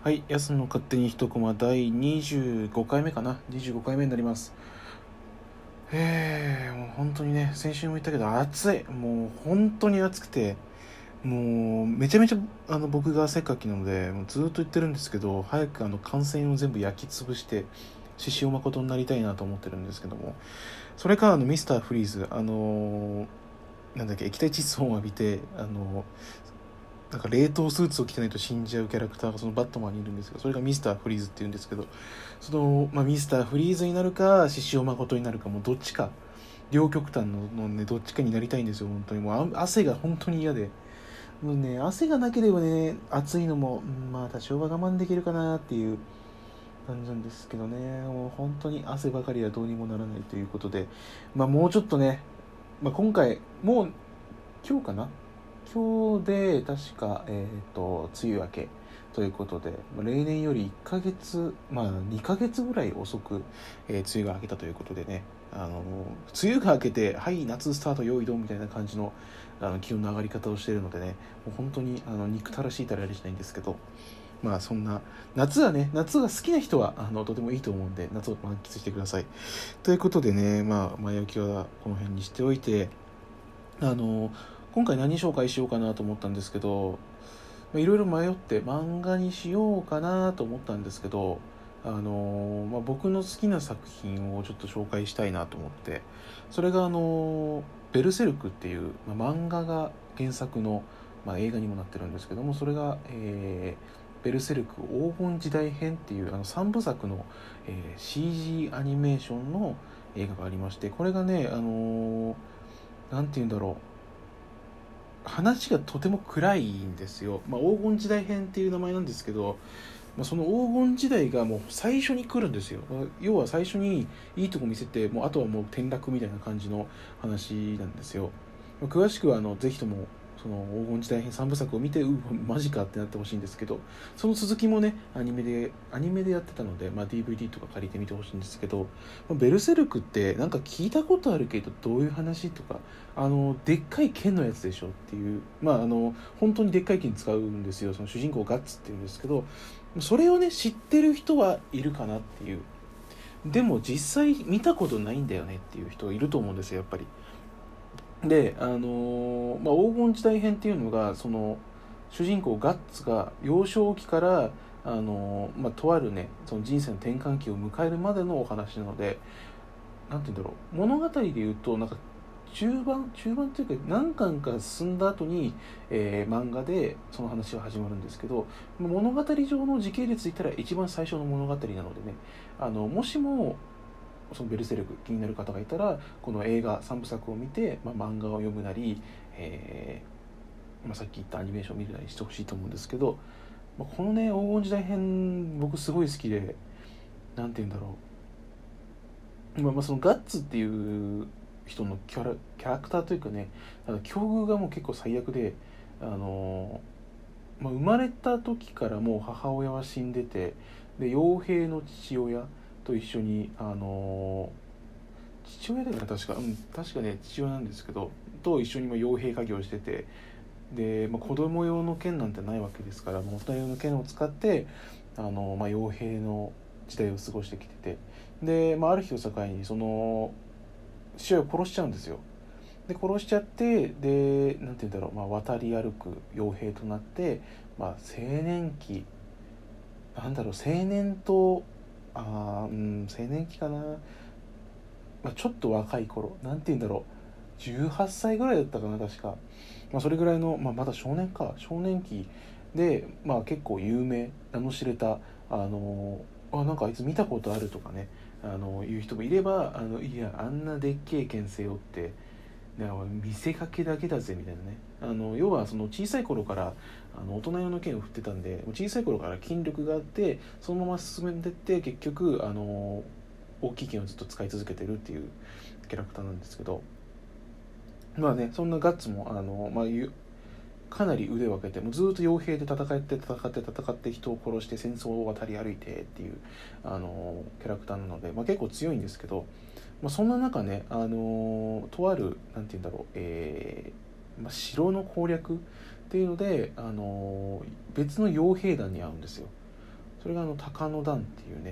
はい、やすの勝手に一コマ第25回目かな。25回目になります。もう本当にね、先週も言ったけど暑い。もう本当に暑くて、もうめちゃめちゃ僕が汗っかきなので、もうずっと言ってるんですけど、早く感染を全部焼き潰して、獅子王誠になりたいなと思ってるんですけども、それかミスターフリーズ、なんだっけ、液体窒素を浴びて、なんか冷凍スーツを着てないと死んじゃうキャラクターがそのバットマンにいるんですけど、それがミスターフリーズっていうんですけど、ミスターフリーズになるか獅子王誠になるか、もうどっちか、両極端のね、どっちかになりたいんですよ。本当にもう汗が本当に嫌で、もうね、汗がなければね、暑いのも、まあ多少は我慢できるかなっていう感じなんですけどね。もう本当に汗ばかりはどうにもならないということで、もうちょっとね、今回もう今日かな、今日で確か、梅雨明けということで、例年より1ヶ月、2ヶ月ぐらい遅く、梅雨が明けたということでね、梅雨が明けて、はい、夏スタート用意どんみたいな感じの、気温の上がり方をしているのでね、もう本当に憎たらしいたらありしないんですけど、そんな、夏が好きな人は、とてもいいと思うんで、夏を満喫してください。ということでね、前置きはこの辺にしておいて、今回何紹介しようかなと思ったんですけど、いろいろ迷って漫画にしようかなと思ったんですけど、僕の好きな作品をちょっと紹介したいなと思って、それがベルセルクっていう、漫画が原作の、映画にもなってるんですけども、それが、ベルセルク黄金時代編っていう3部作の、CG アニメーションの映画がありまして、これがね、なんて言うんだろう、話がとても暗いんですよ。黄金時代編っていう名前なんですけど、その黄金時代がもう最初に来るんですよ。要は最初にいいとこ見せて、もうあとはもう転落みたいな感じの話なんですよ。詳しくはぜひともその黄金時代編3部作を見て、マジかってなってほしいんですけど、その続きもねアニメでやってたので、DVD とか借りてみてほしいんですけど、ベルセルクってなんか聞いたことあるけどどういう話とか、でっかい剣のやつでしょっていう、本当にでっかい剣使うんですよ。その主人公ガッツっていうんですけど、それをね知ってる人はいるかなっていう。でも実際見たことないんだよねっていう人いると思うんですよ、やっぱり。で黄金時代編っていうのが、その主人公ガッツが幼少期からとあるね、その人生の転換期を迎えるまでのお話なので、なんて言うんだろう、物語で言うとなんか中盤っていうか何巻か進んだ後に、漫画でその話は始まるんですけど、物語上の時系列で言ったら一番最初の物語なのでね、もしもそのベルセルク気になる方がいたら、この映画3部作を見て、漫画を読むなり、さっき言ったアニメーションを見るなりしてほしいと思うんですけど、このね黄金時代編僕すごい好きで、なんて言うんだろう、そのガッツっていう人のキャラクターというかね、境遇がもう結構最悪で、生まれた時からもう母親は死んでて、で傭兵の父親と一緒に父親だから確か、確かね父親なんですけど、と一緒に傭兵家業をしてて、で、子供用の剣なんてないわけですから、大人用の剣を使って傭兵の時代を過ごしてきてて、で、ある日を境にその父親を殺しちゃうんですよ。で殺しちゃって、でなんて言うんだろう、渡り歩く傭兵となって、青年期、なんだろう、青年と青年期かな、ちょっと若い頃、なんて言うんだろう、18歳ぐらいだったかな確か、それぐらいの、まだ少年期で、結構有名、名の知れた、なんかあいつ見たことあるとかね、いう人もいれば、いやあんなでっけえ剣背負って見せかけだけだぜみたいなね、要はその小さい頃から大人用の剣を振ってたんで、小さい頃から筋力があって、そのまま進めてって結局大きい剣をずっと使い続けてるっていうキャラクターなんですけど、そんなガッツもかなり腕を分けて、もうずっと傭兵で戦って人を殺して戦争を渡り歩いてっていうキャラクターなので、結構強いんですけど、そんな中ね、とあるなんて言うんだろう、城の攻略っていうので、別の傭兵団に会うんですよ。 それが鷹の段っていうね、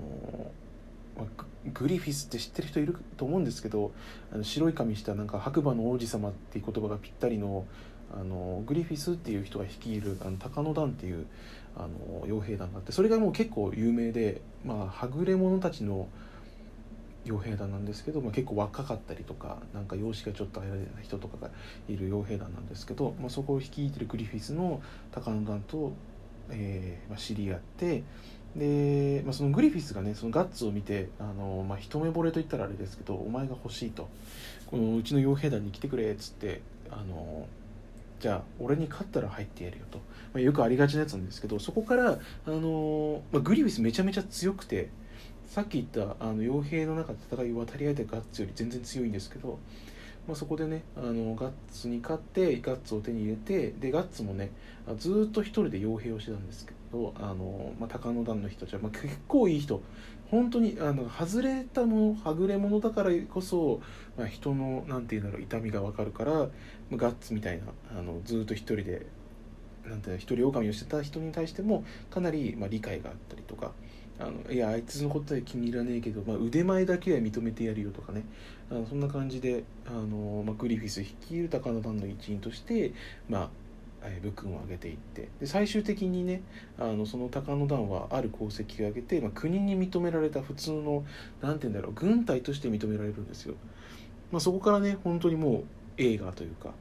グリフィスって知ってる人いると思うんですけど、白い髪したなんか白馬の王子様っていう言葉がぴったりのグリフィスっていう人が率いる鷹の団っていう傭兵団があって、それがもう結構有名で、はぐれ者たちの傭兵団なんですけど、結構若かったりとか、なんか容姿がちょっとあれな人とかがいる傭兵団なんですけど、そこを率いてるグリフィスの鷹の団と、知り合って、で、そのグリフィスがねそのガッツを見て一目惚れと言ったらあれですけど、お前が欲しいと、このうちの傭兵団に来てくれっつって、じゃあ俺に勝ったら入ってやるよと、よくありがちなやつなんですけど、そこから、グリフィスめちゃめちゃ強くて、さっき言った傭兵の中で戦いを渡り合えたガッツより全然強いんですけど、そこでねガッツに勝ってガッツを手に入れて、でガッツもねずっと一人で傭兵をしてたんですけど、鷹の団の人たちは、結構いい人、本当に外れたものはぐれ者だからこそ、人のなんていうんだろう痛みが分かるから、ガッツみたいなずっと一人でなんて一人狼をしてた人に対してもかなり理解があったりとか、いやあいつのことは気に入らねえけど、腕前だけは認めてやるよとかね、そんな感じでグリフィス率いる鷹の団の一員として、武勲を挙げていって、で最終的にねその鷹の団はある功績を挙げて、国に認められた普通のなんていうんだろう軍隊として認められるんですよ。そこからね本当にもう映画というか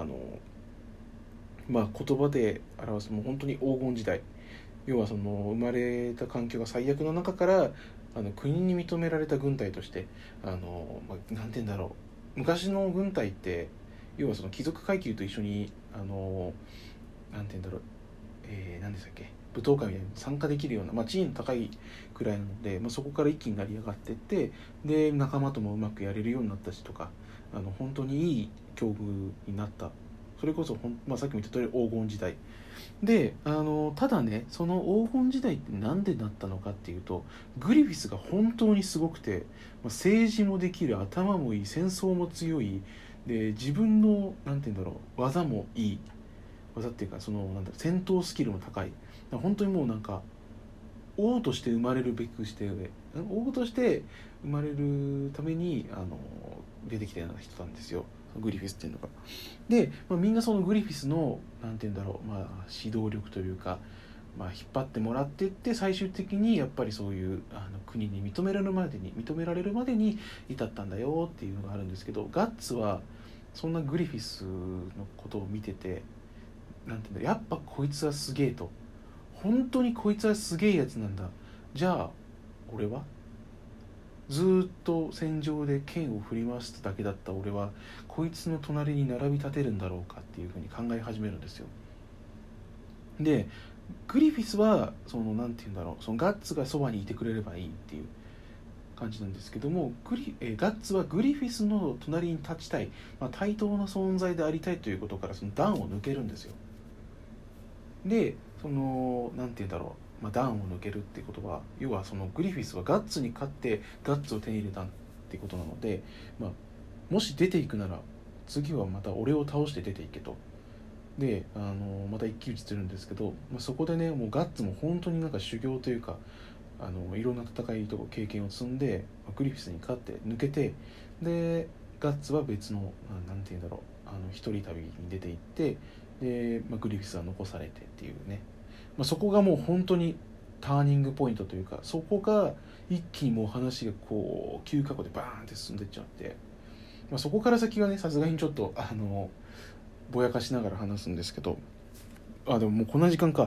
言葉で表すもう本当に黄金時代、要はその生まれた環境が最悪の中から国に認められた軍隊としてなんて言うんだろう、昔の軍隊って要はその貴族階級と一緒になんて言うんだろう、何でしたっけ、舞踏会みたいに参加できるような、地位の高いくらいなので、そこから一気に成り上がっていって、で仲間ともうまくやれるようになったしとか、本当にいい境遇になった、それこそさっきも言った通り黄金時代で、ただねその黄金時代って何でなったのかっていうと、グリフィスが本当にすごくて、政治もできる、頭もいい、戦争も強いで、自分のなんて言うんだろう技もいい、技っていうかそのなんだ戦闘スキルも高い、本当にもうなんか王として生まれるべくして王として生まれるために出てきたような人なんですよ、グリフィスっていうのが。で、みんなそのグリフィスのなんて言うんだろう、指導力というか、引っ張ってもらっていって、最終的にやっぱりそういう国に認められるまでに至ったんだよっていうのがあるんですけど、ガッツはそんなグリフィスのことを見てて、なんていうんだ、やっぱこいつはすげえと、本当にこいつはすげえやつなんだ、じゃあ俺はずっと戦場で剣を振り回しただけだった俺はこいつの隣に並び立てるんだろうかっていうふうに考え始めるんですよ。でグリフィスはそのなんていうんだろう、そのガッツがそばにいてくれればいいっていう感じなんですけども、ガッツはグリフィスの隣に立ちたい、対等な存在でありたいということからその段を抜けるんですよ。でそのなんていうんだろう、段を抜けるっていうことは、要はそのグリフィスはガッツに勝ってガッツを手に入れたっていうことなので、もし出ていくなら次はまた俺を倒して出ていけと。でまた一騎打ちするんですけど、そこでねもうガッツも本当になんか修行というかいろんな戦いとか経験を積んで、グリフィスに勝って抜けて、でガッツは別のなんていうんだろう一人旅に出て行って、で、グリフィスは残されてっていうね、そこがもう本当にターニングポイントというか、そこが一気にもう話がこう急過去でバーンって進んでっちゃって、そこから先はねさすがにちょっとぼやかしながら話すんですけど、でももうこんな時間か。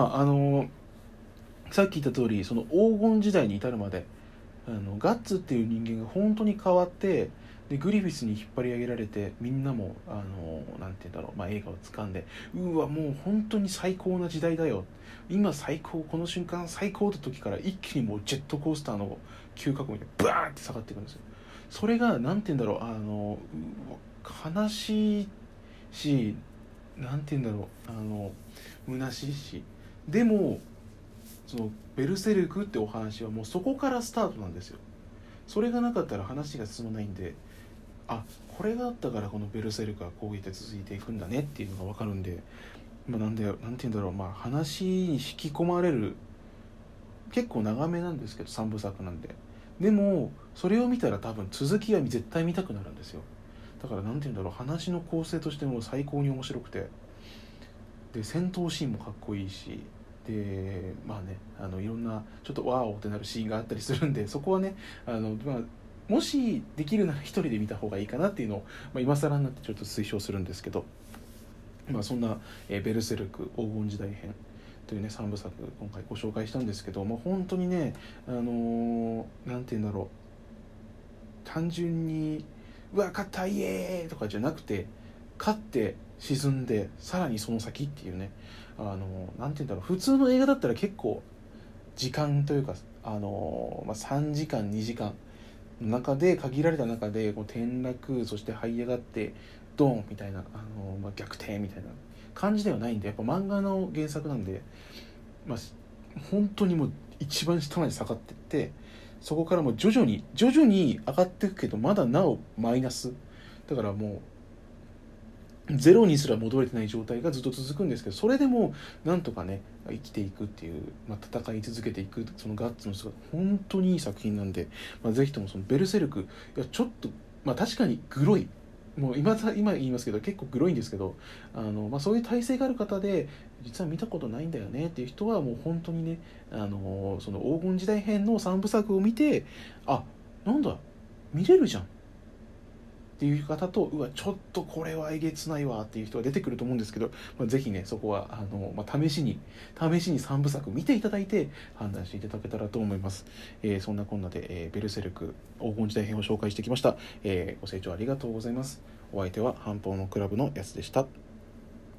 さっき言った通りその黄金時代に至るまでガッツっていう人間が本当に変わって、でグリフィスに引っ張り上げられて、みんなもなんて言うんだろう、映画を掴んで、うわもう本当に最高な時代だよ、今最高、この瞬間最高って時から一気にもうジェットコースターの急角度でバーンって下がっていくんですよ。それがなんて言うんだろう悲しいし、なんて言うんだろう虚しいし、でもそのベルセルクってお話はもうそこからスタートなんですよ。それがなかったら話が進まないんで、これがあったからこのベルセルクはこうやって続いていくんだねっていうのが分かるんで、なんて言うんだろう、話に引き込まれる結構長めなんですけど3部作なんで、でもそれを見たら多分続きは絶対見たくなるんですよ。だからなんて言うんだろう、話の構成としても最高に面白くて、で戦闘シーンもかっこいいし、でまあね、いろんなちょっとワーオってなるシーンがあったりするんで、そこはね、もしできるなら一人で見た方がいいかなっていうのを、今更になってちょっと推奨するんですけど、そんな、ベルセルク黄金時代編というね3部作今回ご紹介したんですけど、本当にね、なんて言うんだろう、単純にうわ勝ったイエーイとかじゃなくて、勝って沈んでさらにその先っていうね、なんて言うんだろう、普通の映画だったら結構時間というか、3時間2時間の中で、限られた中でこう転落、そして這い上がってドーンみたいな、逆転みたいな感じではないんで、やっぱ漫画の原作なんで、本当にもう一番下まで下がってって、そこからもう徐々に上がっていくけど、まだなおマイナスだから、もうゼロにすら戻れてない状態がずっと続くんですけど、それでもなんとかね生きていくっていう、戦い続けていくそのガッツの姿、本当にいい作品なんで、ぜひともそのベルセルク、いやちょっと、確かにグロい、もう今言いますけど結構グロいんですけど、そういう体勢がある方で実は見たことないんだよねっていう人は、もう本当にね、その黄金時代編の3部作を見て、なんだ見れるじゃんっていう方と、ちょっとこれはえげつないわっていう人が出てくると思うんですけど、ぜひねそこは試しに3部作見ていただいて判断していただけたらと思います。そんなこんなで、ベルセルク黄金時代編を紹介してきました。ご清聴ありがとうございます。お相手は半方のクラブのやつでした。